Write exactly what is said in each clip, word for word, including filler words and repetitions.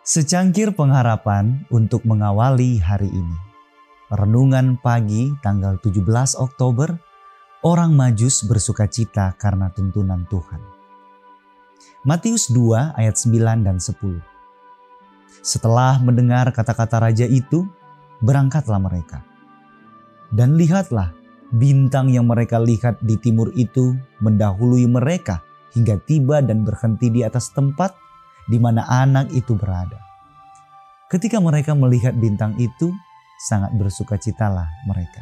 Secangkir pengharapan untuk mengawali hari ini. Renungan pagi tanggal tujuh belas Oktober, orang Majus bersukacita karena tuntunan Tuhan. Matius dua ayat sembilan dan sepuluh. Setelah mendengar kata-kata raja itu, berangkatlah mereka. Dan lihatlah, bintang yang mereka lihat di timur itu mendahului mereka hingga tiba dan berhenti di atas tempat di mana anak itu berada. Ketika mereka melihat bintang itu, sangat bersukacitalah mereka.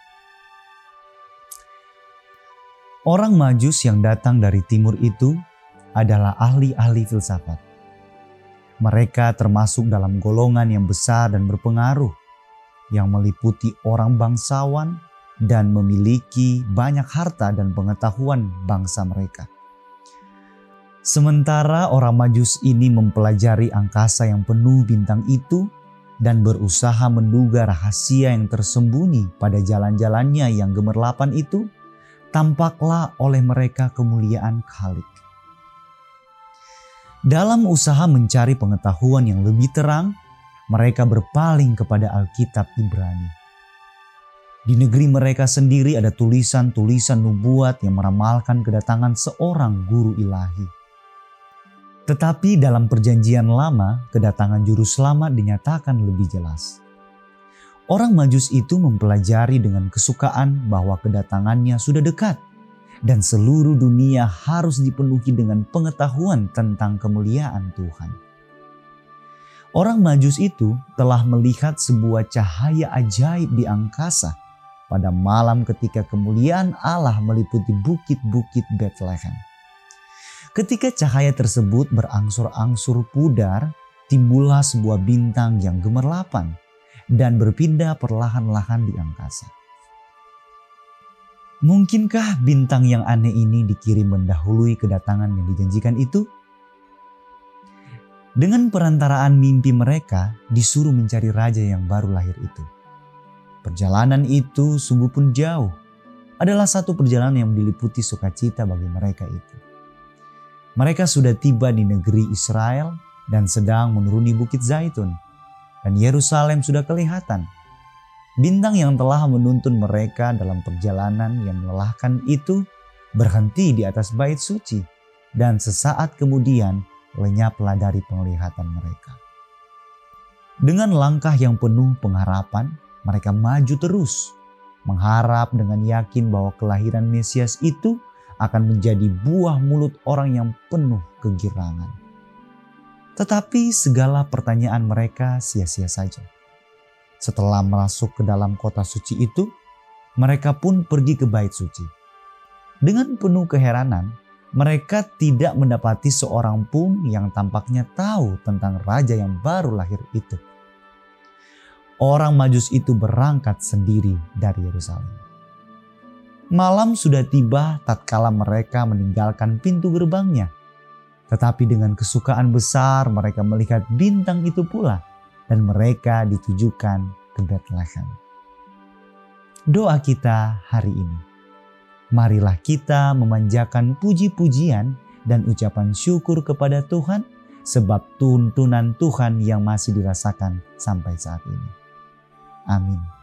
Orang Majus yang datang dari timur itu adalah ahli-ahli filsafat. Mereka termasuk dalam golongan yang besar dan berpengaruh, yang meliputi orang bangsawan dan memiliki banyak harta dan pengetahuan bangsa mereka. Sementara orang Majus ini mempelajari angkasa yang penuh bintang itu dan berusaha menduga rahasia yang tersembunyi pada jalan-jalannya yang gemerlapan itu, tampaklah oleh mereka kemuliaan Khalik. Dalam usaha mencari pengetahuan yang lebih terang, mereka berpaling kepada Alkitab Ibrani. Di negeri mereka sendiri ada tulisan-tulisan nubuat yang meramalkan kedatangan seorang guru ilahi. Tetapi dalam perjanjian lama, kedatangan juru selamat dinyatakan lebih jelas. Orang Majus itu mempelajari dengan kesukaan bahwa kedatangannya sudah dekat dan seluruh dunia harus dipenuhi dengan pengetahuan tentang kemuliaan Tuhan. Orang Majus itu telah melihat sebuah cahaya ajaib di angkasa pada malam ketika kemuliaan Allah meliputi bukit-bukit Betlehem. Ketika cahaya tersebut berangsur-angsur pudar, timbullah sebuah bintang yang gemerlapan dan berpindah perlahan-lahan di angkasa. Mungkinkah bintang yang aneh ini dikirim mendahului kedatangan yang dijanjikan itu? Dengan perantaraan mimpi mereka, disuruh mencari raja yang baru lahir itu. Perjalanan itu sungguh pun jauh, adalah satu perjalanan yang diliputi sukacita bagi mereka itu. Mereka sudah tiba di negeri Israel dan sedang menuruni Bukit Zaitun, dan Yerusalem sudah kelihatan. Bintang yang telah menuntun mereka dalam perjalanan yang melelahkan itu berhenti di atas bait suci, dan sesaat kemudian lenyaplah dari penglihatan mereka. Dengan langkah yang penuh pengharapan, mereka maju terus, mengharap dengan yakin bahwa kelahiran Mesias itu akan menjadi buah mulut orang yang penuh kegirangan. Tetapi segala pertanyaan mereka sia-sia saja. Setelah masuk ke dalam kota suci itu, mereka pun pergi ke bait suci. Dengan penuh keheranan, mereka tidak mendapati seorang pun yang tampaknya tahu tentang raja yang baru lahir itu. Orang Majus itu berangkat sendiri dari Yerusalem. Malam sudah tiba tatkala mereka meninggalkan pintu gerbangnya. Tetapi dengan kesukaan besar mereka melihat bintang itu pula dan mereka ditujukan ke Betlehem. Doa kita hari ini. Marilah kita memanjakan puji-pujian dan ucapan syukur kepada Tuhan sebab tuntunan Tuhan yang masih dirasakan sampai saat ini. Amin.